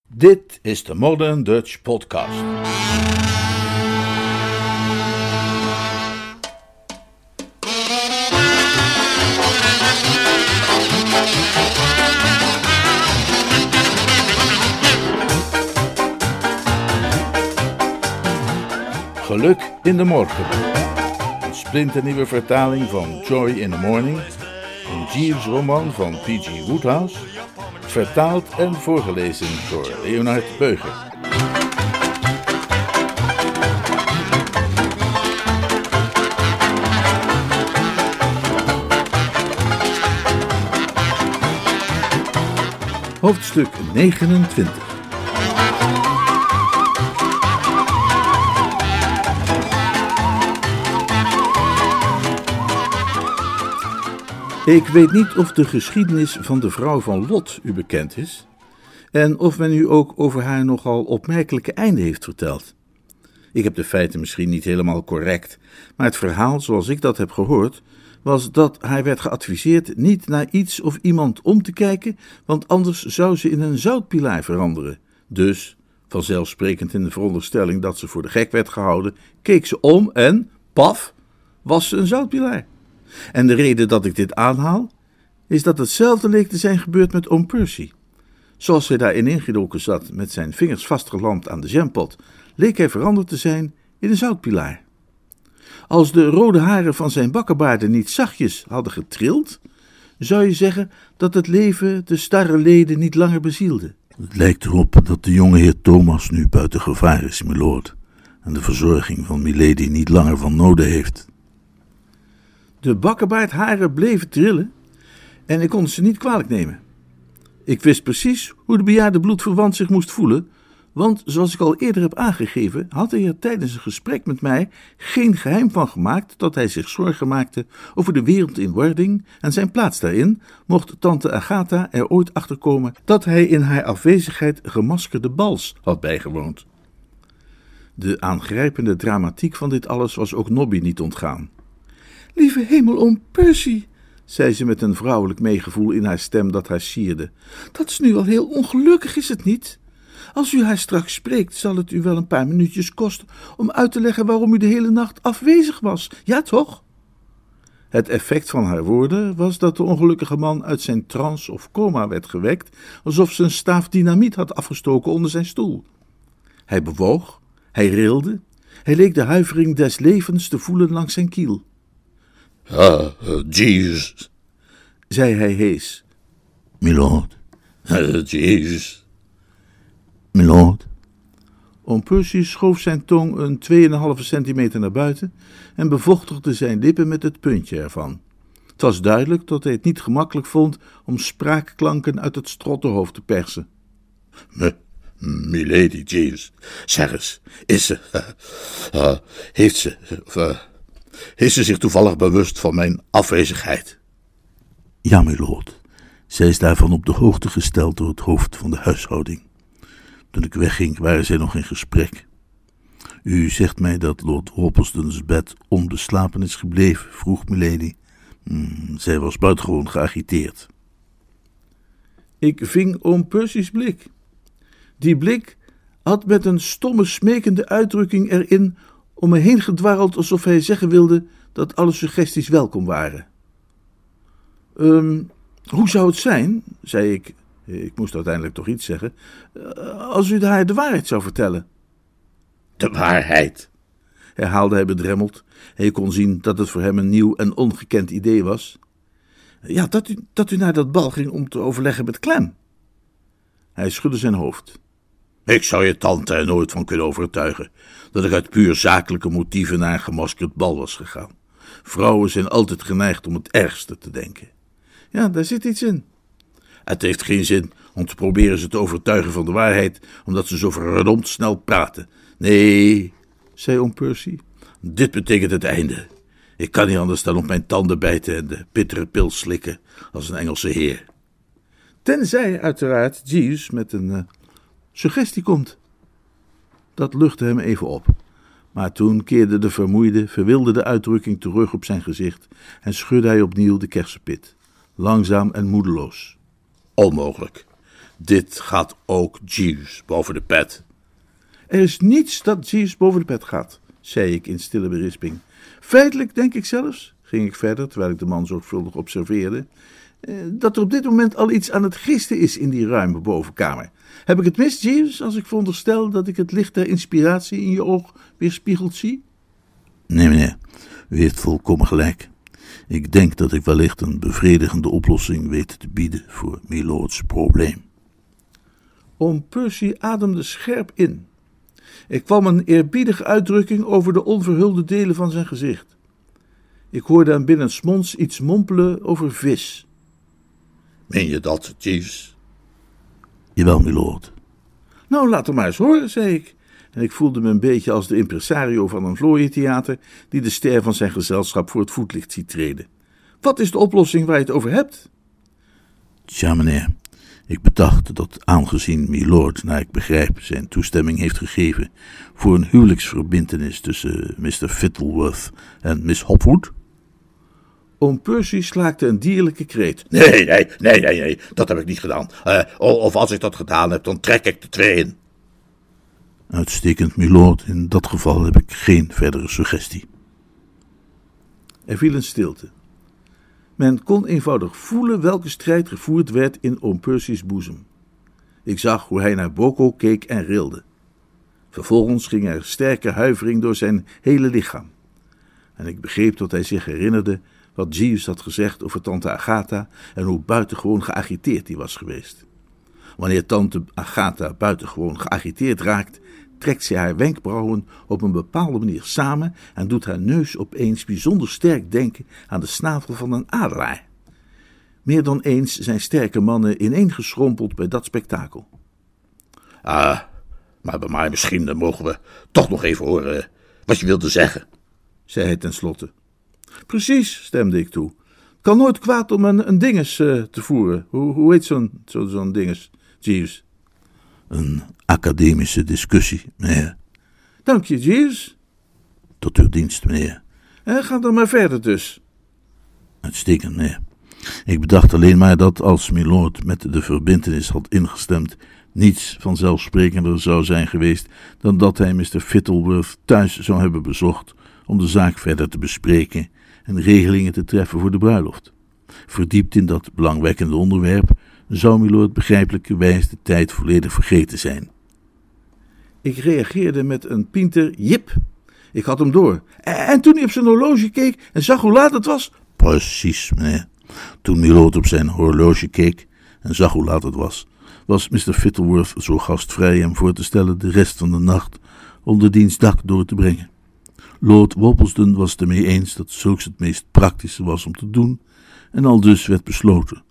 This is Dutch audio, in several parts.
Dit is de Modern Dutch Podcast. Geluk in de morgen. Een splinternieuwe vertaling van Joy in the Morning. Een Jeeves-roman van P.G. Wodehouse. Vertaald en voorgelezen door Leonard Beuger. Hoofdstuk 29. Ik weet niet of de geschiedenis van de vrouw van Lot u bekend is en of men u ook over haar nogal opmerkelijke einde heeft verteld. Ik heb de feiten misschien niet helemaal correct, maar het verhaal zoals ik dat heb gehoord was dat haar werd geadviseerd niet naar iets of iemand om te kijken, want anders zou ze in een zoutpilaar veranderen. Dus, vanzelfsprekend in de veronderstelling dat ze voor de gek werd gehouden, keek ze om en, paf, was ze een zoutpilaar. En de reden dat ik dit aanhaal, is dat hetzelfde leek te zijn gebeurd met oom Percy. Zoals hij daar ineengedoken zat met zijn vingers vastgelamd aan de jampot, leek hij veranderd te zijn in een zoutpilaar. Als de rode haren van zijn bakkebaarden niet zachtjes hadden getrild, zou je zeggen dat het leven de starre leden niet langer bezielde. Het lijkt erop dat de jonge heer Thomas nu buiten gevaar is, milord, en de verzorging van milady niet langer van noden heeft. De bakkebaardharen bleven trillen en ik kon ze niet kwalijk nemen. Ik wist precies hoe de bejaarde bloedverwant zich moest voelen, want zoals ik al eerder heb aangegeven, had hij er tijdens een gesprek met mij geen geheim van gemaakt dat hij zich zorgen maakte over de wereld in wording en zijn plaats daarin, mocht tante Agatha er ooit achterkomen dat hij in haar afwezigheid gemaskerde bals had bijgewoond. De aangrijpende dramatiek van dit alles was ook Nobby niet ontgaan. Lieve hemel, oom Percy, zei ze met een vrouwelijk meegevoel in haar stem dat haar sierde. Dat is nu al heel ongelukkig, is het niet? Als u haar straks spreekt, zal het u wel een paar minuutjes kosten om uit te leggen waarom u de hele nacht afwezig was. Ja, toch? Het effect van haar woorden was dat de ongelukkige man uit zijn trance of coma werd gewekt, alsof ze een staaf dynamiet had afgestoken onder zijn stoel. Hij bewoog, hij rilde, hij leek de huivering des levens te voelen langs zijn kiel. Jeeves, zei hij hees. Milord. Jeeves. Milord. Oom Percy schoof zijn tong een 2,5 centimeter naar buiten en bevochtigde zijn lippen met het puntje ervan. Het was duidelijk dat hij het niet gemakkelijk vond om spraakklanken uit het strottenhoofd te persen. Milady, Jeeves, zeg eens, heeft ze zich toevallig bewust van mijn afwezigheid? Ja, milord. Zij is daarvan op de hoogte gesteld door het hoofd van de huishouding. Toen ik wegging, waren zij nog in gesprek. U zegt mij dat Lord Worplesdon's bed onbeslapen is gebleven, vroeg milady. Zij was buitengewoon geagiteerd. Ik ving oom Percy's blik. Die blik had met een stomme smekende uitdrukking erin om me heen gedwarreld alsof hij zeggen wilde dat alle suggesties welkom waren. Hoe zou het zijn, zei ik, ik moest uiteindelijk toch iets zeggen, als u haar de waarheid zou vertellen? De waarheid? Herhaalde hij bedremmeld. Hij kon zien dat het voor hem een nieuw en ongekend idee was. Ja, dat u naar dat bal ging om te overleggen met Clem. Hij schudde zijn hoofd. Ik zou je tante er nooit van kunnen overtuigen dat ik uit puur zakelijke motieven naar een gemaskerd bal was gegaan. Vrouwen zijn altijd geneigd om het ergste te denken. Ja, daar zit iets in. Het heeft geen zin om te proberen ze te overtuigen van de waarheid, omdat ze zo verdomd snel praten. Nee, zei oom Percy, dit betekent het einde. Ik kan niet anders dan op mijn tanden bijten en de bittere pil slikken als een Engelse heer. Tenzij uiteraard Jeeves met een suggestie komt. Dat luchtte hem even op. Maar toen keerde de vermoeide, verwilderde uitdrukking terug op zijn gezicht en schudde hij opnieuw de kersenpit. Langzaam en moedeloos. Onmogelijk. Dit gaat ook Jeeves boven de pet. Er is niets dat Jeeves boven de pet gaat, zei ik in stille berisping. Feitelijk denk ik zelfs, ging ik verder, terwijl ik de man zorgvuldig observeerde, dat er op dit moment al iets aan het gisten is in die ruime bovenkamer. Heb ik het mis, Jeeves, als ik veronderstel dat ik het licht der inspiratie in je oog weerspiegeld zie? Nee, meneer, u heeft volkomen gelijk. Ik denk dat ik wellicht een bevredigende oplossing weet te bieden voor Milords probleem. Oom Percy ademde scherp in. Er kwam een eerbiedige uitdrukking over de onverhulde delen van zijn gezicht. Ik hoorde hem binnensmonds iets mompelen over vis. Meen je dat, Jeeves? Jawel, milord. Nou, laat hem maar eens horen, zei ik. En ik voelde me een beetje als de impresario van een vlooientheater die de ster van zijn gezelschap voor het voetlicht ziet treden. Wat is de oplossing waar je het over hebt? Tja, meneer. Ik bedacht dat aangezien Milord, naar ik begrijp, zijn toestemming heeft gegeven voor een huwelijksverbintenis tussen Mr. Fittleworth en Miss Hopwood. Oom Percy slaakte een dierlijke kreet. Nee, dat heb ik niet gedaan. Of als ik dat gedaan heb, dan trek ik de twee in. Uitstekend, milord. In dat geval heb ik geen verdere suggestie. Er viel een stilte. Men kon eenvoudig voelen welke strijd gevoerd werd in oom Percy's boezem. Ik zag hoe hij naar Boko keek en rilde. Vervolgens ging er sterke huivering door zijn hele lichaam. En ik begreep dat hij zich herinnerde wat Jeeves had gezegd over tante Agatha en hoe buitengewoon geagiteerd die was geweest. Wanneer tante Agatha buitengewoon geagiteerd raakt, trekt ze haar wenkbrauwen op een bepaalde manier samen en doet haar neus opeens bijzonder sterk denken aan de snavel van een adelaar. Meer dan eens zijn sterke mannen ineengeschrompeld bij dat spektakel. Maar bij mij misschien dan mogen we toch nog even horen wat je wilde zeggen, zei hij tenslotte. Precies, stemde ik toe. Het kan nooit kwaad om een dinges te voeren. Hoe heet zo'n dinges, Jeeves? Een academische discussie, meneer. Dank je, Jeeves. Tot uw dienst, meneer. Ga dan maar verder dus. Uitstekend, meneer. Ik bedacht alleen maar dat als Milord met de verbintenis had ingestemd, niets vanzelfsprekender zou zijn geweest dan dat hij Mr. Fittleworth thuis zou hebben bezocht om de zaak verder te bespreken en regelingen te treffen voor de bruiloft. Verdiept in dat belangwekkende onderwerp zou Milord begrijpelijkerwijs de tijd volledig vergeten zijn. Ik reageerde met een pinter jip. Ik had hem door. En toen hij op zijn horloge keek en zag hoe laat het was... Precies, meneer. Toen Milord op zijn horloge keek en zag hoe laat het was Mr. Fittleworth zo gastvrij hem voor te stellen de rest van de nacht onder diens dak door te brengen. Lord Worplesdon was het ermee eens dat zulks het meest praktische was om te doen, en aldus werd besloten.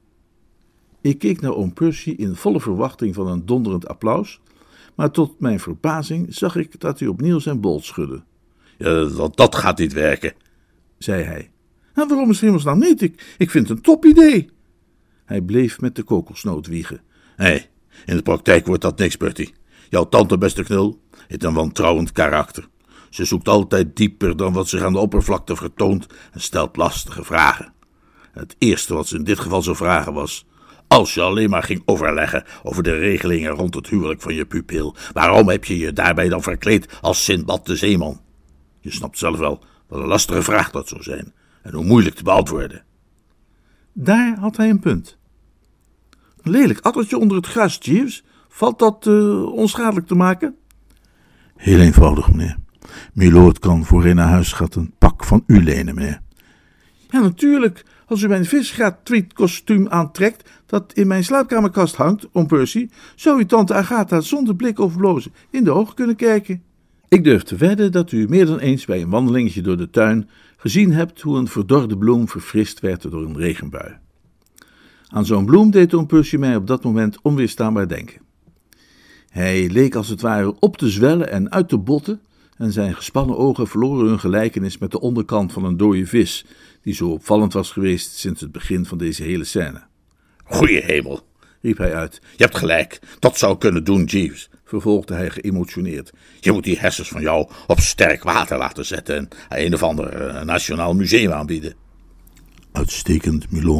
Ik keek naar oom Percy in volle verwachting van een donderend applaus, maar tot mijn verbazing zag ik dat hij opnieuw zijn bol schudde. Ja, dat gaat niet werken, zei hij. Nou, waarom is hemelsnaam niet? Ik vind het een topidee. Hij bleef met de kokosnoot wiegen. Nee, in de praktijk wordt dat niks, Bertie. Jouw tante, beste knul, heeft een wantrouwend karakter. Ze zoekt altijd dieper dan wat zich aan de oppervlakte vertoont en stelt lastige vragen. Het eerste wat ze in dit geval zou vragen was: als je alleen maar ging overleggen over de regelingen rond het huwelijk van je pupil, waarom heb je je daarbij dan verkleed als Sindbad de Zeeman? Je snapt zelf wel wat een lastige vraag dat zou zijn en hoe moeilijk te beantwoorden. Daar had hij een punt. Een lelijk addertje onder het gras, Jeeves. Valt dat onschadelijk te maken? Heel eenvoudig, meneer. Milord kan voor hij naar huis gaat een pak van u lenen, meneer. Ja, natuurlijk. Als u mijn visgraat-tweedkostuum aantrekt dat in mijn slaapkamerkast hangt, oom Percy, zou u tante Agatha zonder blik of blozen in de ogen kunnen kijken. Ik durf te wedden dat u meer dan eens bij een wandelingetje door de tuin gezien hebt hoe een verdorde bloem verfrist werd door een regenbui. Aan zo'n bloem deed oom Percy mij op dat moment onweerstaanbaar denken. Hij leek als het ware op te zwellen en uit te botten, en zijn gespannen ogen verloren hun gelijkenis met de onderkant van een dode vis, die zo opvallend was geweest sinds het begin van deze hele scène. Goeie hemel, riep hij uit. Je hebt gelijk, dat zou kunnen doen, Jeeves, vervolgde hij geëmotioneerd. Je moet die hersens van jou op sterk water laten zetten en een of ander nationaal museum aanbieden. Uitstekend, milord.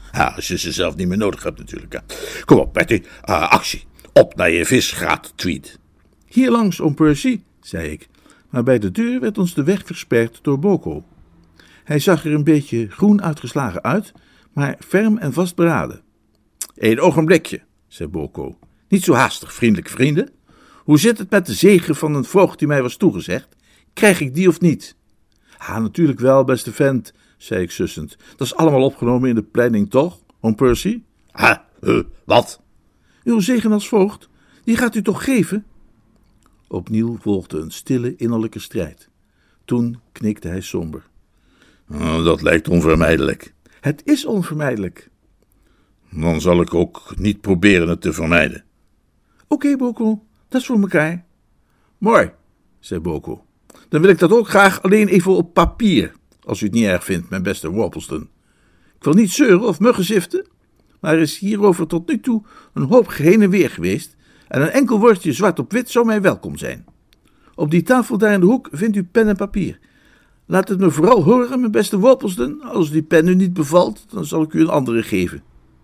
Ja, als je ze zelf niet meer nodig hebt natuurlijk. Hè. Kom op, Patty. Actie. Op naar je visgraat, Tweed. Hier langs, oom Percy, zei ik, maar bij de deur werd ons de weg versperd door Boko. Hij zag er een beetje groen uitgeslagen uit, maar ferm en vastberaden. 'Eén ogenblikje, zei Boko. Niet zo haastig, vriendelijke vrienden. Hoe zit het met de zegen van een voogd die mij was toegezegd? Krijg ik die of niet? Natuurlijk wel, beste vent, zei ik sussend. Dat is allemaal opgenomen in de planning, toch, oom Percy? Wat? Uw zegen als voogd, die gaat u toch geven? Opnieuw volgde een stille innerlijke strijd. Toen knikte hij somber. Dat lijkt onvermijdelijk. Het is onvermijdelijk. Dan zal ik ook niet proberen het te vermijden. Oké, Boko, dat is voor elkaar. Mooi, zei Boko. Dan wil ik dat ook graag, alleen even op papier, als u het niet erg vindt, mijn beste Worplesdon. Ik wil niet zeuren of muggen ziften, maar er is hierover tot nu toe een hoop heen en weer geweest en een enkel woordje zwart op wit zou mij welkom zijn. Op die tafel daar in de hoek vindt u pen en papier. Laat het me vooral horen, mijn beste Worplesdon. Als die pen u niet bevalt, dan zal ik u een andere geven.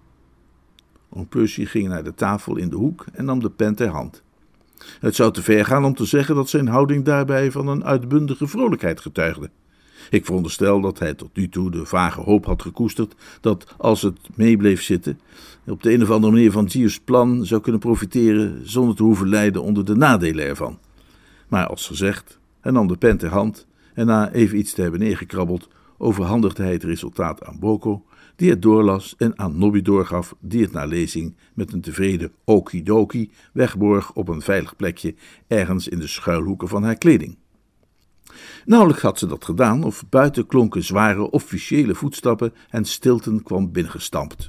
Oom Percy ging naar de tafel in de hoek en nam de pen ter hand. Het zou te ver gaan om te zeggen dat zijn houding daarbij van een uitbundige vrolijkheid getuigde. Ik veronderstel dat hij tot nu toe de vage hoop had gekoesterd dat, als het mee bleef zitten, op de een of andere manier van Gius' plan zou kunnen profiteren zonder te hoeven lijden onder de nadelen ervan. Maar als gezegd, hij nam de pen ter hand en na even iets te hebben neergekrabbeld, overhandigde hij het resultaat aan Boko, die het doorlas en aan Nobby doorgaf, die het na lezing met een tevreden okidoki wegborg op een veilig plekje ergens in de schuilhoeken van haar kleding. Nauwelijks had ze dat gedaan of buiten klonken zware officiële voetstappen en Stilton kwam binnengestampt.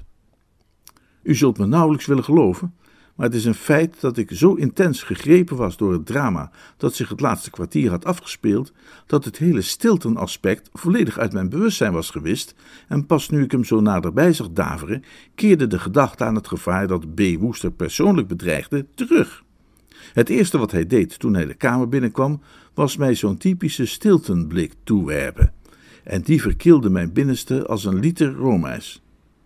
U zult me nauwelijks willen geloven, maar het is een feit dat ik zo intens gegrepen was door het drama dat zich het laatste kwartier had afgespeeld, dat het hele Stilton-aspect volledig uit mijn bewustzijn was gewist en pas nu ik hem zo naderbij zag daveren, keerde de gedachte aan het gevaar dat B. Wooster persoonlijk bedreigde terug. Het eerste wat hij deed toen hij de kamer binnenkwam, was mij zo'n typische Stilton-blik toewerpen. En die verkilde mijn binnenste als een liter roomijs.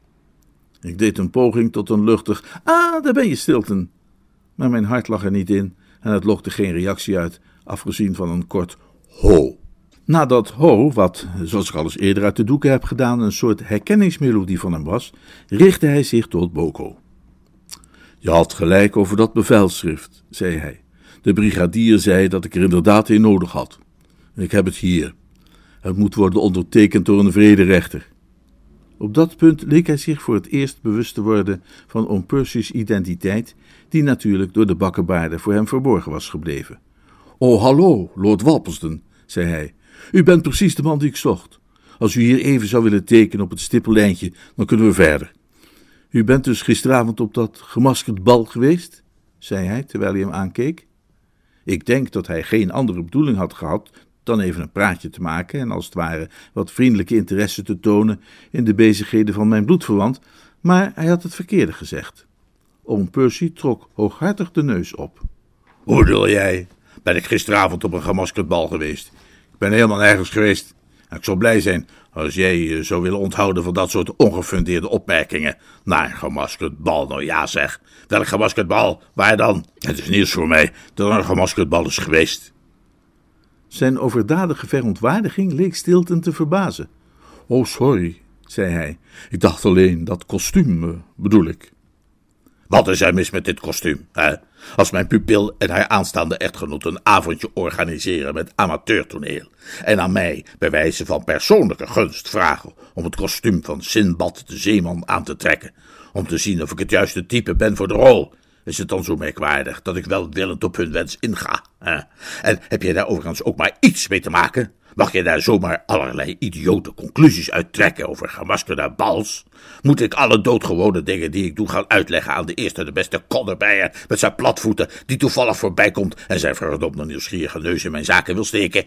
Ik deed een poging tot een luchtig, daar ben je, Stilton. Maar mijn hart lag er niet in en het lokte geen reactie uit, afgezien van een kort ho. Nadat ho, wat, zoals ik al eens eerder uit de doeken heb gedaan, een soort herkenningsmelodie van hem was, richtte hij zich tot Boko. Je had gelijk over dat bevelschrift, zei hij. De brigadier zei dat ik er inderdaad een nodig had. Ik heb het hier. Het moet worden ondertekend door een vrederechter. Op dat punt leek hij zich voor het eerst bewust te worden van oom Percy's identiteit, die natuurlijk door de bakkenbaarden voor hem verborgen was gebleven. Oh, hallo, Lord Worplesdon, zei hij. U bent precies de man die ik zocht. Als u hier even zou willen tekenen op het stippellijntje, dan kunnen we verder. U bent dus gisteravond op dat gemaskerd bal geweest, zei hij terwijl hij hem aankeek. Ik denk dat hij geen andere bedoeling had gehad dan even een praatje te maken en als het ware wat vriendelijke interesse te tonen in de bezigheden van mijn bloedverwant, maar hij had het verkeerde gezegd. Oom Percy trok hooghartig de neus op. Hoe bedoel jij? Ben ik gisteravond op een gemaskerd bal geweest? Ik ben helemaal nergens geweest. En ik zou blij zijn als jij je zou willen onthouden van dat soort ongefundeerde opmerkingen. Naar een gemaskerd bal, nou ja zeg. Welk gemaskerd bal? Waar dan? Het is nieuws voor mij dat er een gemaskerd bal is geweest. Zijn overdadige verontwaardiging leek Stilton te verbazen. Oh, sorry, zei hij. Ik dacht alleen dat kostuum, bedoel ik. Wat is er mis met dit kostuum, hè? Als mijn pupil en haar aanstaande echtgenoot een avondje organiseren met amateurtoneel en aan mij bij wijze van persoonlijke gunst vragen om het kostuum van Sinbad de Zeeman aan te trekken, om te zien of ik het juiste type ben voor de rol, is het dan zo merkwaardig dat ik welwillend op hun wens inga, hè? En heb jij daar overigens ook maar iets mee te maken? Mag je daar zomaar allerlei idiote conclusies uit trekken over gemaskerde bals? Moet ik alle doodgewone dingen die ik doe gaan uitleggen aan de eerste de beste kodderbijer met zijn platvoeten die toevallig voorbij komt en zijn verdomde nieuwsgierige neus in mijn zaken wil steken?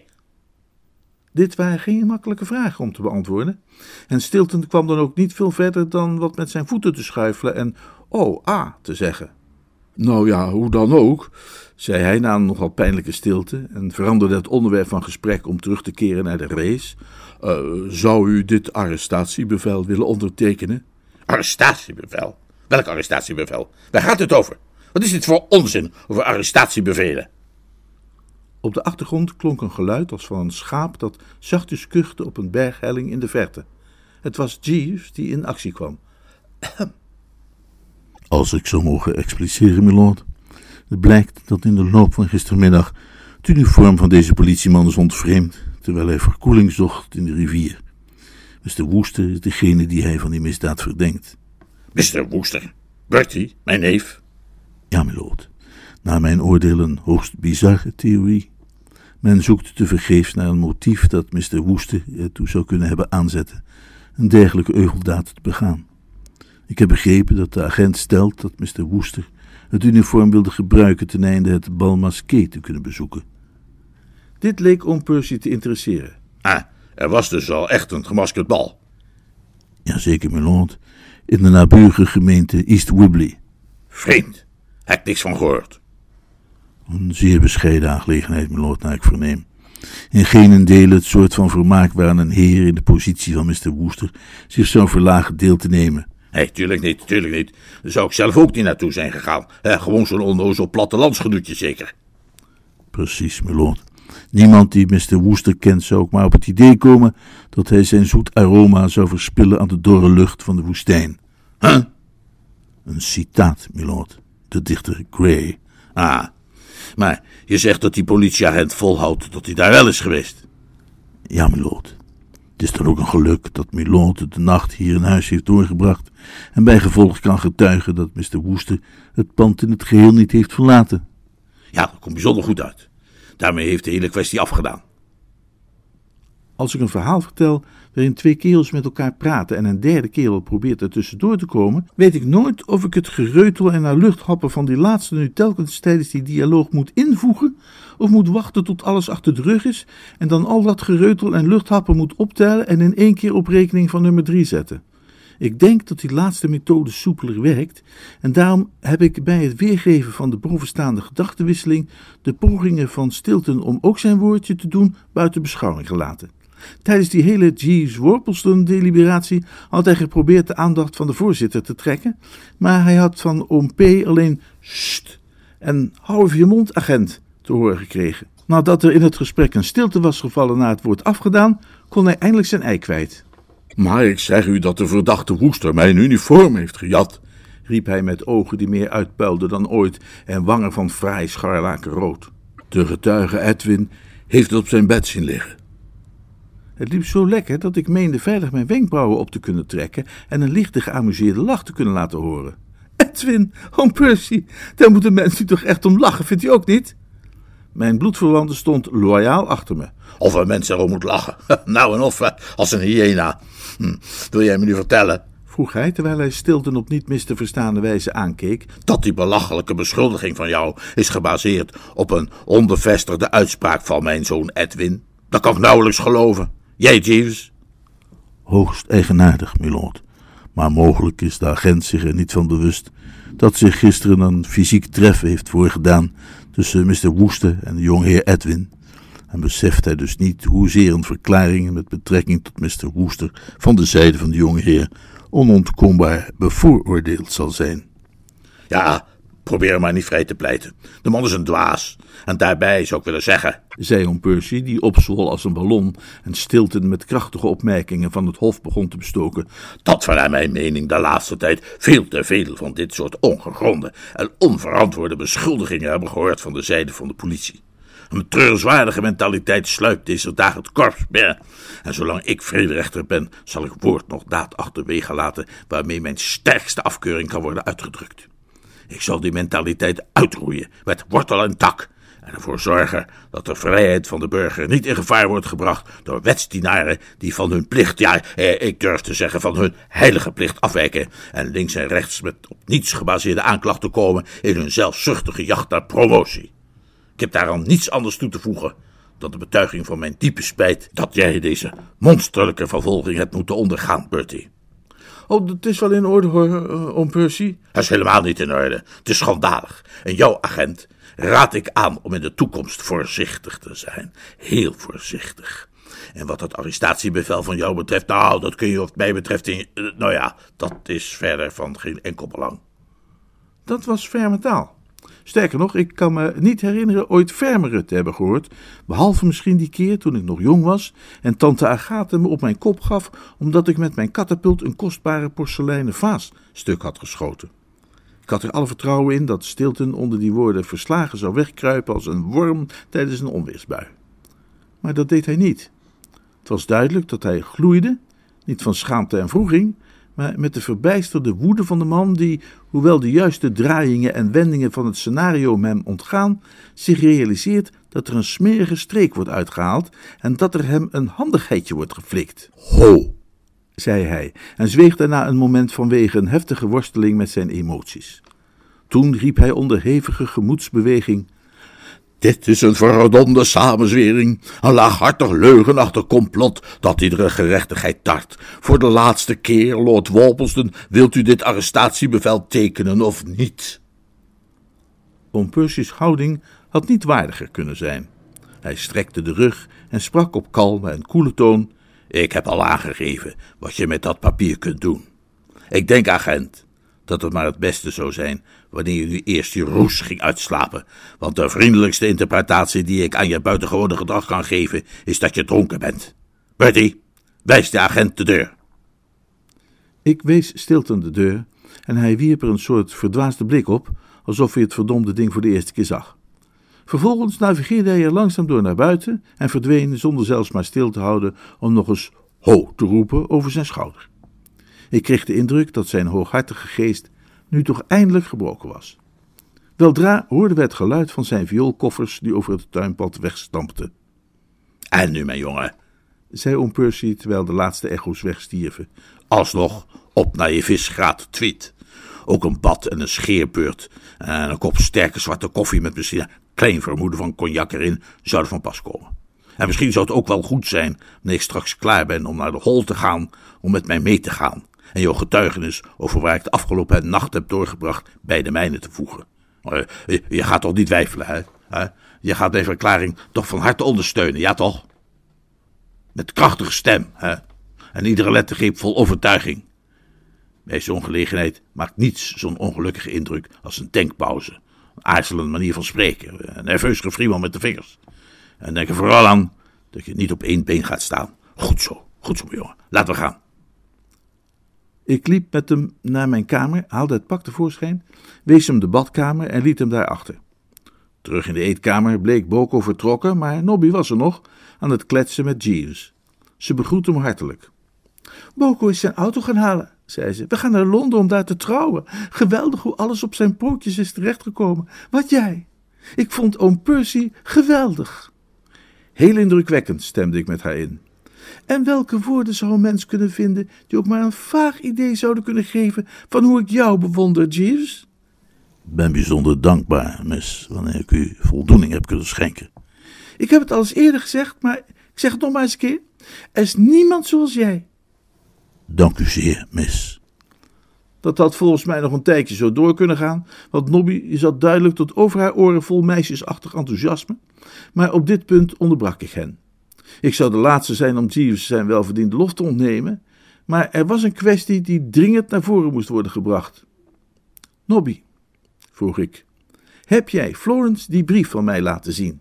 Dit waren geen makkelijke vragen om te beantwoorden. En Stilton kwam dan ook niet veel verder dan wat met zijn voeten te schuifelen en te zeggen. Nou ja, hoe dan ook, zei hij na een nogal pijnlijke stilte en veranderde het onderwerp van gesprek om terug te keren naar de race. Zou u dit arrestatiebevel willen ondertekenen? Arrestatiebevel? Welk arrestatiebevel? Waar gaat het over? Wat is dit voor onzin over arrestatiebevelen? Op de achtergrond klonk een geluid als van een schaap dat zachtjes kuchte op een berghelling in de verte. Het was Jeeves die in actie kwam. Als ik zou mogen expliceren, milord. Het blijkt dat in de loop van gistermiddag het uniform van deze politieman is ontvreemd, terwijl hij verkoeling zocht in de rivier. Mr. Wooster is degene die hij van die misdaad verdenkt. Mr. Wooster? Bertie, mijn neef? Ja, milord. Naar mijn oordeel een hoogst bizarre theorie. Men zoekt tevergeefs naar een motief dat Mr. Wooster ertoe zou kunnen hebben aanzetten een dergelijke euveldaad te begaan. Ik heb begrepen dat de agent stelt dat Mr. Wooster het uniform wilde gebruiken ten einde het bal masqué te kunnen bezoeken. Dit leek oom Percy te interesseren. Er was dus al echt een gemaskerd bal. Jazeker, milord. In de naburige gemeente East Wibley. Vreemd. Heb ik niks van gehoord. Een zeer bescheiden aangelegenheid, milord, naar ik verneem. In geen dele het soort van vermaak waaraan een heer in de positie van Mr. Wooster zich zou verlagen deel te nemen. Nee, tuurlijk niet. Daar zou ik zelf ook niet naartoe zijn gegaan. Gewoon zo'n onnozel plattelandsgedoetje zeker. Precies, milord. Niemand die Mr. Wooster kent zou ook maar op het idee komen dat hij zijn zoet aroma zou verspillen aan de dorre lucht van de woestijn. Een citaat, milord. De dichter Gray. Maar je zegt dat die politieagent volhoudt dat hij daar wel is geweest. Ja, milord. Het is dan ook een geluk dat milord de nacht hier in huis heeft doorgebracht en bijgevolg kan getuigen dat Mr. Wooster het pand in het geheel niet heeft verlaten. Ja, dat komt bijzonder goed uit. Daarmee heeft de hele kwestie afgedaan. Als ik een verhaal vertel waarin twee kerels met elkaar praten en een derde kerel probeert er tussendoor te komen, weet ik nooit of ik het gereutel en naar luchthappen van die laatste nu telkens tijdens die dialoog moet invoegen, of moet wachten tot alles achter de rug is en dan al dat gereutel en luchthappen moet optellen en in één keer op rekening van nummer 3 zetten. Ik denk dat die laatste methode soepeler werkt en daarom heb ik bij het weergeven van de bovenstaande gedachtenwisseling de pogingen van Stilton om ook zijn woordje te doen buiten beschouwing gelaten. Tijdens die hele Jeeves-Worpleston-deliberatie had hij geprobeerd de aandacht van de voorzitter te trekken, maar hij had van oom P. alleen "Sst" en "hou even je mond, agent" te horen gekregen. Nadat er in het gesprek een stilte was gevallen na het woord afgedaan, kon hij eindelijk zijn ei kwijt. Maar ik zeg u dat de verdachte Wooster mijn uniform heeft gejat, riep hij met ogen die meer uitpuilden dan ooit en wangen van fraai scharlakenrood. De getuige Edwin heeft het op zijn bed zien liggen. Het liep zo lekker dat ik meende veilig mijn wenkbrauwen op te kunnen trekken en een lichte geamuseerde lach te kunnen laten horen. Edwin, oom Percy, daar moeten mensen toch echt om lachen, vindt u ook niet? Mijn bloedverwante stond loyaal achter me. Of een mens erom moet lachen. Nou en of, als een hyena. Wil jij me nu vertellen, vroeg hij terwijl hij Stilton op niet mis te verstaande wijze aankeek, dat die belachelijke beschuldiging van jou is gebaseerd op een onbevestigde uitspraak van mijn zoon Edwin? Dat kan ik nauwelijks geloven. Jij, Jeeves? Hoogst eigenaardig, milord. Maar mogelijk is de agent zich er niet van bewust dat zich gisteren een fysiek treffen heeft voorgedaan tussen Mr. Wooster en de jongeheer Edwin. En beseft hij dus niet hoezeer een verklaring met betrekking tot Mr. Wooster van de zijde van de jongeheer onontkoombaar bevooroordeeld zal zijn. Ja, probeer maar niet vrij te pleiten. De man is een dwaas. En daarbij zou ik willen zeggen, zei oom Percy, die opzwol als een ballon en Stilton met krachtige opmerkingen van het hof begon te bestoken, dat van naar mijn mening de laatste tijd veel te veel van dit soort ongegronde en onverantwoorde beschuldigingen hebben gehoord van de zijde van de politie. Een treurenswaardige mentaliteit sluipt deze dagen het korps binnen. En zolang ik vrederechter ben, zal ik woord nog daad achterwege laten waarmee mijn sterkste afkeuring kan worden uitgedrukt. Ik zal die mentaliteit uitroeien met wortel en tak en ervoor zorgen dat de vrijheid van de burger niet in gevaar wordt gebracht door wetsdienaren die van hun plicht, ik durf te zeggen van hun heilige plicht afwijken en links en rechts met op niets gebaseerde aanklachten komen in hun zelfzuchtige jacht naar promotie. Ik heb daaraan niets anders toe te voegen dan de betuiging van mijn diepe spijt dat jij deze monsterlijke vervolging hebt moeten ondergaan, Bertie. Oh, dat is wel in orde hoor, oom Percy. Dat is helemaal niet in orde. Het is schandalig. En jouw agent raad ik aan om in de toekomst voorzichtig te zijn. Heel voorzichtig. En wat het arrestatiebevel van jou betreft, nou, dat kun je wat mij betreft nou ja, dat is verder van geen enkel belang. Dat was ferme taal. Sterker nog, ik kan me niet herinneren ooit fermere te hebben gehoord, behalve misschien die keer toen ik nog jong was en tante Agathe me op mijn kop gaf omdat ik met mijn katapult een kostbare porseleinen vaas stuk had geschoten. Ik had er alle vertrouwen in dat Stilton onder die woorden verslagen zou wegkruipen als een worm tijdens een onweersbui. Maar dat deed hij niet. Het was duidelijk dat hij gloeide, niet van schaamte en wroeging, maar met de verbijsterde woede van de man die, hoewel de juiste draaiingen en wendingen van het scenario hem ontgaan, zich realiseert dat er een smerige streek wordt uitgehaald en dat er hem een handigheidje wordt geflikt. Ho, zei hij en zweeg daarna een moment vanwege een heftige worsteling met zijn emoties. Toen riep hij onder hevige gemoedsbeweging: dit is een verdomde samenzwering, een laaghartig leugenachtig complot dat iedere gerechtigheid tart. Voor de laatste keer, Lord Worplesdon, wilt u dit arrestatiebevel tekenen of niet? Oom Percy's houding had niet waardiger kunnen zijn. Hij strekte de rug en sprak op kalme en koele toon: ik heb al aangegeven wat je met dat papier kunt doen. Ik denk, agent, dat het maar het beste zou zijn wanneer je nu eerst je roes ging uitslapen, want de vriendelijkste interpretatie die ik aan je buitengewone gedrag kan geven, is dat je dronken bent. Bertie, wijs de agent de deur. Ik wees Stilton de deur en hij wierp er een soort verdwaasde blik op, alsof hij het verdomde ding voor de eerste keer zag. Vervolgens navigeerde hij er langzaam door naar buiten en verdween zonder zelfs maar stil te houden om nog eens ho te roepen over zijn schouder. Ik kreeg de indruk dat zijn hooghartige geest nu toch eindelijk gebroken was. Weldra hoorden we het geluid van zijn vioolkoffers die over het tuinpad wegstampten. En nu, mijn jongen, zei oom Percy terwijl de laatste echo's wegstierven, alsnog op naar je visgraat tweet. Ook een bad en een scheerbeurt en een kop sterke zwarte koffie met misschien een klein vermoeden van cognac erin zouden van pas komen. En misschien zou het ook wel goed zijn wanneer ik straks klaar ben om naar de hol te gaan om met mij mee te gaan en jouw getuigenis over waar ik de afgelopen nacht heb doorgebracht bij de mijne te voegen. Je gaat toch niet twijfelen, hè? Je gaat mijn verklaring toch van harte ondersteunen, ja toch? Met krachtige stem, hè? En iedere lettergreep vol overtuiging. Bij zo'n gelegenheid maakt niets zo'n ongelukkige indruk als een denkpauze, een aarzelende manier van spreken, een nerveus gefriemel met de vingers. En denk er vooral aan dat je niet op één been gaat staan. Goed zo, mijn jongen. Laten we gaan. Ik liep met hem naar mijn kamer, haalde het pak tevoorschijn, wees hem de badkamer en liet hem daar achter. Terug in de eetkamer bleek Boko vertrokken, maar Nobby was er nog, aan het kletsen met Jeeves. Ze begroette hem hartelijk. Boko is zijn auto gaan halen, zei ze. We gaan naar Londen om daar te trouwen. Geweldig hoe alles op zijn pootjes is terechtgekomen. Wat jij? Ik vond oom Percy geweldig. Heel indrukwekkend, stemde ik met haar in. En welke woorden zou een mens kunnen vinden die ook maar een vaag idee zouden kunnen geven van hoe ik jou bewonder, Jeeves? Ik ben bijzonder dankbaar, miss, wanneer ik u voldoening heb kunnen schenken. Ik heb het al eens eerder gezegd, maar ik zeg het nog maar eens een keer. Er is niemand zoals jij. Dank u zeer, miss. Dat had volgens mij nog een tijdje zo door kunnen gaan, want Nobby zat duidelijk tot over haar oren vol meisjesachtig enthousiasme, maar op dit punt onderbrak ik hen. Ik zou de laatste zijn om Jeeves zijn welverdiende lof te ontnemen, maar er was een kwestie die dringend naar voren moest worden gebracht. Nobby, vroeg ik, heb jij Florence die brief van mij laten zien?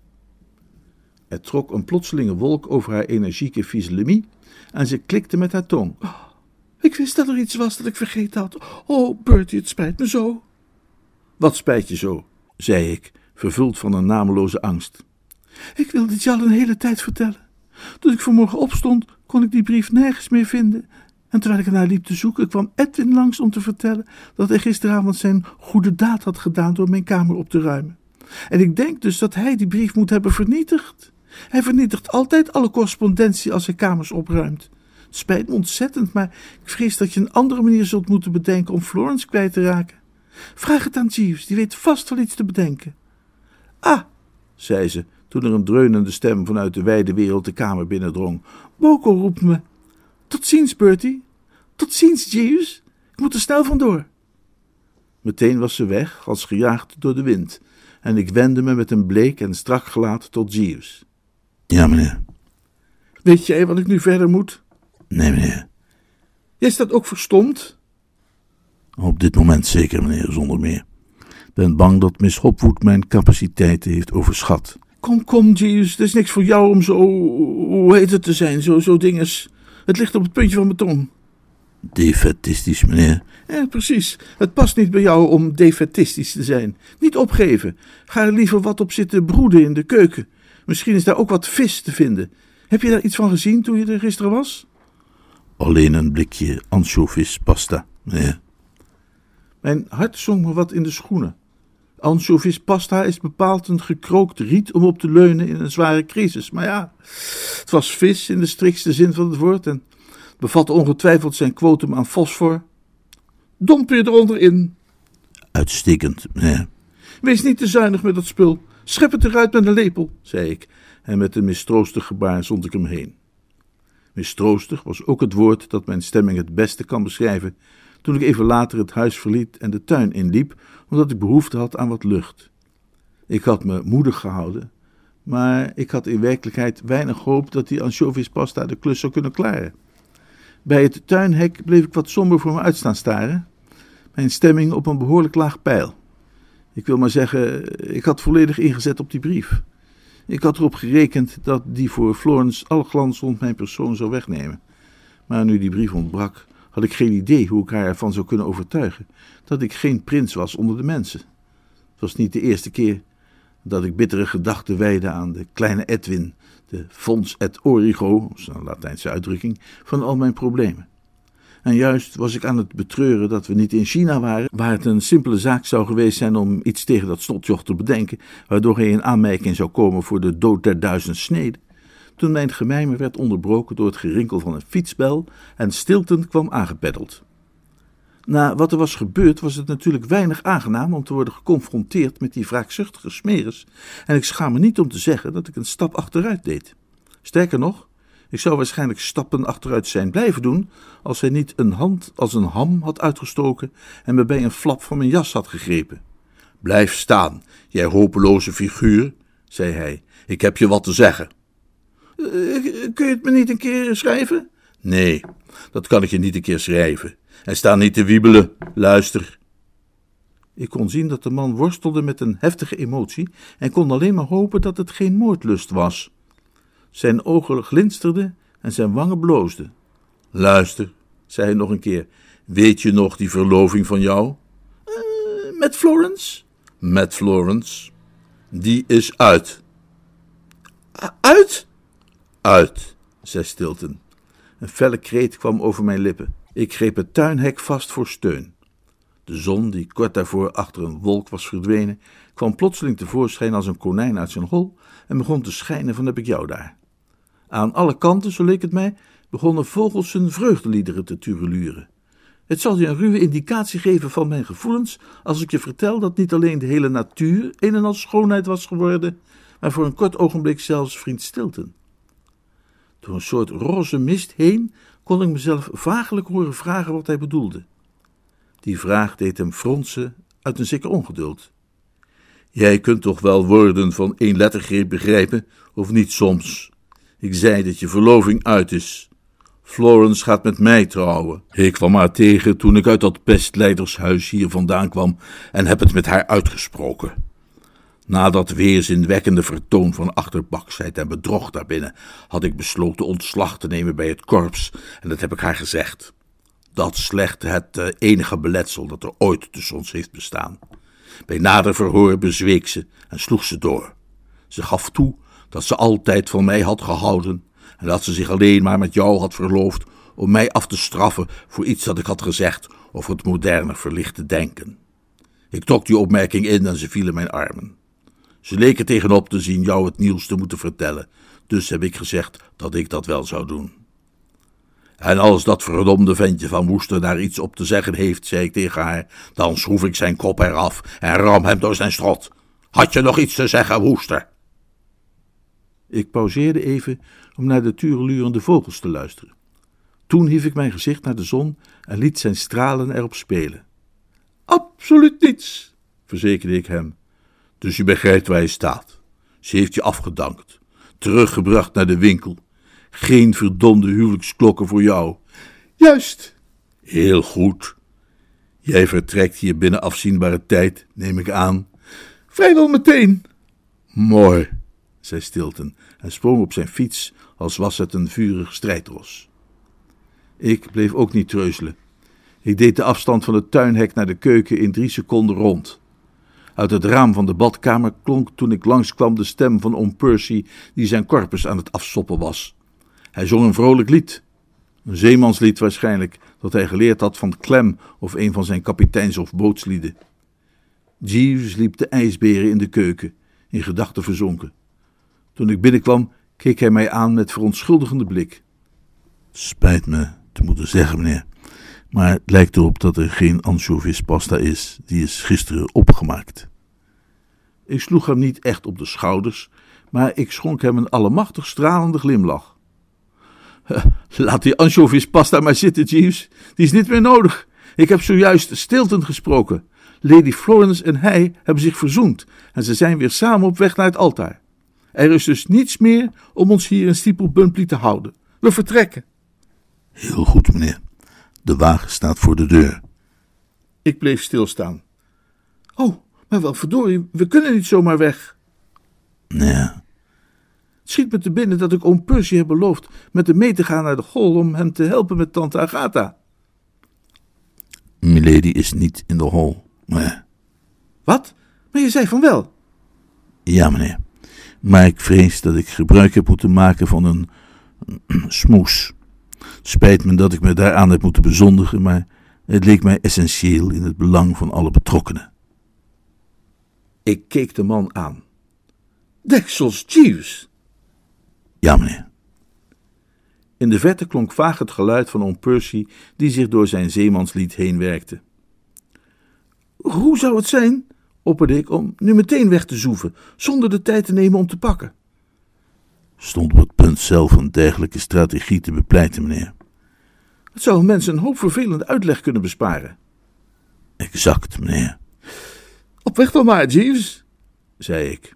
Er trok een plotselinge wolk over haar energieke fysionomie en ze klikte met haar tong. Oh, ik wist dat er iets was dat ik vergeten had. Oh, Bertie, het spijt me zo. Wat spijt je zo, zei ik, vervuld van een nameloze angst. Ik wilde het je al een hele tijd vertellen. Toen ik vanmorgen opstond, kon ik die brief nergens meer vinden. En terwijl ik ernaar liep te zoeken, kwam Edwin langs om te vertellen dat hij gisteravond zijn goede daad had gedaan door mijn kamer op te ruimen. En ik denk dus dat hij die brief moet hebben vernietigd. Hij vernietigt altijd alle correspondentie als hij kamers opruimt. Het spijt me ontzettend, maar ik vrees dat je een andere manier zult moeten bedenken om Florence kwijt te raken. Vraag het aan Jeeves, die weet vast wel iets te bedenken. Ah, zei ze, toen er een dreunende stem vanuit de wijde wereld de kamer binnendrong. Boko roept me. Tot ziens, Bertie. Tot ziens, Jeeves. Ik moet er snel vandoor. Meteen was ze weg, als gejaagd door de wind, en ik wendde me met een bleek en strak gelaat tot Jeeves. Ja, meneer. Weet jij wat ik nu verder moet? Nee, meneer. Jij staat ook verstomd? Op dit moment zeker, meneer, zonder meer. Ik ben bang dat Miss Hopwood mijn capaciteiten heeft overschat. Kom, Jeeves, het is niks voor jou om zo, hoe heet het te zijn, zo dinges. Het ligt op het puntje van mijn tong. Defaistisch, meneer. Ja, precies. Het past niet bij jou om defaistisch te zijn. Niet opgeven. Ga er liever wat op zitten broeden in de keuken. Misschien is daar ook wat vis te vinden. Heb je daar iets van gezien toen je er gisteren was? Alleen een blikje ansjovispasta, meneer. Mijn hart zong me wat in de schoenen. Ansjovispasta is bepaald een gekrookt riet om op te leunen in een zware crisis. Maar ja, het was vis in de striktste zin van het woord en bevatte ongetwijfeld zijn quotum aan fosfor. Domp je eronder in. Uitstekend, meneer. Wees niet te zuinig met dat spul. Schep het eruit met een lepel, zei ik, en met een mistroostig gebaar zond ik hem heen. Mistroostig was ook het woord dat mijn stemming het beste kan beschrijven toen ik even later het huis verliet en de tuin inliep, omdat ik behoefte had aan wat lucht. Ik had me moedig gehouden, maar ik had in werkelijkheid weinig hoop dat die ansjovispasta de klus zou kunnen klaren. Bij het tuinhek bleef ik wat somber voor me uitstaan staren, mijn stemming op een behoorlijk laag peil. Ik wil maar zeggen, ik had volledig ingezet op die brief. Ik had erop gerekend dat die voor Florence alle glans rond mijn persoon zou wegnemen. Maar nu die brief ontbrak, had ik geen idee hoe ik haar ervan zou kunnen overtuigen dat ik geen prins was onder de mensen. Het was niet de eerste keer dat ik bittere gedachten wijdde aan de kleine Edwin, de fons et origo, dat is een Latijnse uitdrukking, van al mijn problemen. En juist was ik aan het betreuren dat we niet in China waren, waar het een simpele zaak zou geweest zijn om iets tegen dat slotjoch te bedenken, waardoor hij in aanmerking zou komen voor de dood der 1000 sneden, toen mijn gemijmer werd onderbroken door het gerinkel van een fietsbel en Stilton kwam aangepeddeld. Na wat er was gebeurd was het natuurlijk weinig aangenaam om te worden geconfronteerd met die wraakzuchtige Smeris, en ik schaam me niet om te zeggen dat ik een stap achteruit deed. Sterker nog, ik zou waarschijnlijk stappen achteruit zijn blijven doen als hij niet een hand als een ham had uitgestoken en me bij een flap van mijn jas had gegrepen. Blijf staan, jij hopeloze figuur, zei hij. Ik heb je wat te zeggen. Kun je het me niet een keer schrijven? Nee, dat kan ik je niet een keer schrijven. En sta niet te wiebelen, luister. Ik kon zien dat de man worstelde met een heftige emotie en kon alleen maar hopen dat het geen moordlust was. Zijn ogen glinsterden en zijn wangen bloosden. Luister, zei hij nog een keer, weet je nog die verloving van jou? Met Florence? Met Florence. Die is uit. Uit? Uit, zei Stilton. Een felle kreet kwam over mijn lippen. Ik greep het tuinhek vast voor steun. De zon, die kort daarvoor achter een wolk was verdwenen, kwam plotseling tevoorschijn als een konijn uit zijn hol en begon te schijnen van heb ik jou daar. Aan alle kanten, zo leek het mij, begonnen vogels hun vreugdeliederen te tureluren. Het zal je een ruwe indicatie geven van mijn gevoelens als ik je vertel dat niet alleen de hele natuur een en al schoonheid was geworden, maar voor een kort ogenblik zelfs vriend Stilton. Door een soort roze mist heen kon ik mezelf vagelijk horen vragen wat hij bedoelde. Die vraag deed hem fronsen uit een zeker ongeduld. Jij kunt toch wel woorden van 1 lettergreep begrijpen, of niet soms? Ik zei dat je verloving uit is. Florence gaat met mij trouwen. Ik kwam haar tegen toen ik uit dat pestlijdershuis hier vandaan kwam en heb het met haar uitgesproken. Na dat weerzinwekkende vertoon van achterbaksheid en bedrog daarbinnen had ik besloten ontslag te nemen bij het korps en dat heb ik haar gezegd. Dat slechte het enige beletsel dat er ooit tussen ons heeft bestaan. Bij nader verhoor bezweek ze en sloeg ze door. Ze gaf toe dat ze altijd van mij had gehouden en dat ze zich alleen maar met jou had verloofd om mij af te straffen voor iets dat ik had gezegd over het moderne verlichte denken. Ik trok die opmerking in en ze viel in mijn armen. Ze leek er tegenop te zien jou het nieuws te moeten vertellen, dus heb ik gezegd dat ik dat wel zou doen. En als dat verdomde ventje van Woester daar iets op te zeggen heeft, zei ik tegen haar, dan schroef ik zijn kop eraf en ram hem door zijn strot. Had je nog iets te zeggen, Woester? Ik pauzeerde even om naar de turelurende vogels te luisteren. Toen hief ik mijn gezicht naar de zon en liet zijn stralen erop spelen. Absoluut niets, verzekerde ik hem. Dus je begrijpt waar je staat. Ze heeft je afgedankt, teruggebracht naar de winkel Geen verdomde huwelijksklokken voor jou. Juist. Heel goed. Jij vertrekt hier binnen afzienbare tijd, neem ik aan. Vrijwel meteen. Mooi, zei Stilton en sprong op zijn fiets als was het een vurig strijdros. Ik bleef ook niet treuzelen. Ik deed de afstand van het tuinhek naar de keuken in 3 seconden rond. Uit het raam van de badkamer klonk toen ik langskwam de stem van oom Percy die zijn korpus aan het afsoppen was. Hij zong een vrolijk lied. Een zeemanslied waarschijnlijk, dat hij geleerd had van Clem of een van zijn kapiteins- of bootslieden. Jeeves liep de ijsberen in de keuken, in gedachten verzonken. Toen ik binnenkwam, keek hij mij aan met verontschuldigende blik. Spijt me te moeten zeggen, meneer, maar het lijkt erop dat er geen ansjovispasta is. Die is gisteren opgemaakt. Ik sloeg hem niet echt op de schouders, maar ik schonk hem een allemachtig stralende glimlach. Laat die ansjovispasta maar zitten, Jeeves. Die is niet meer nodig. Ik heb zojuist Stilton gesproken. Lady Florence en hij hebben zich verzoend en ze zijn weer samen op weg naar het altaar. Er is dus niets meer om ons hier in Steeple Buntley te houden. We vertrekken. Heel goed, meneer. De wagen staat voor de deur. Ik bleef stilstaan. Oh, maar wel verdorie, we kunnen niet zomaar weg. Nee. Het schiet me te binnen dat ik oom Percy heb beloofd met hem mee te gaan naar de Hall om hem te helpen met tante Agatha. Milady is niet in de hall, maar... Wat? Maar je zei van wel. Ja, meneer. Maar ik vrees dat ik gebruik heb moeten maken van een smoes. Het spijt me dat ik me daaraan heb moeten bezondigen, maar het leek mij essentieel in het belang van alle betrokkenen. Ik keek de man aan. Deksels Jeeves. Ja, meneer. In de verte klonk vaag het geluid van oom Percy die zich door zijn zeemanslied heen werkte. Hoe zou het zijn, opperde ik, om nu meteen weg te zoeven, zonder de tijd te nemen om te pakken? Stond op het punt zelf een dergelijke strategie te bepleiten, meneer. Het zou mensen een hoop vervelende uitleg kunnen besparen. Exact, meneer. Op weg dan maar, Jeeves, zei ik.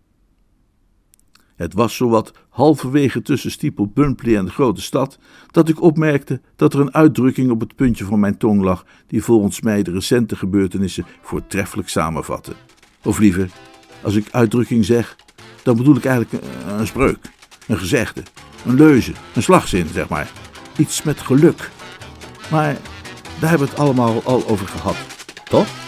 Het was zowat halverwege tussen Steeple Buntley en de grote stad, dat ik opmerkte dat er een uitdrukking op het puntje van mijn tong lag, die volgens mij de recente gebeurtenissen voortreffelijk samenvatte. Of liever, als ik uitdrukking zeg, dan bedoel ik eigenlijk een spreuk, een gezegde, een leuze, een slagzin, zeg maar. Iets met geluk. Maar daar hebben we het allemaal al over gehad, toch?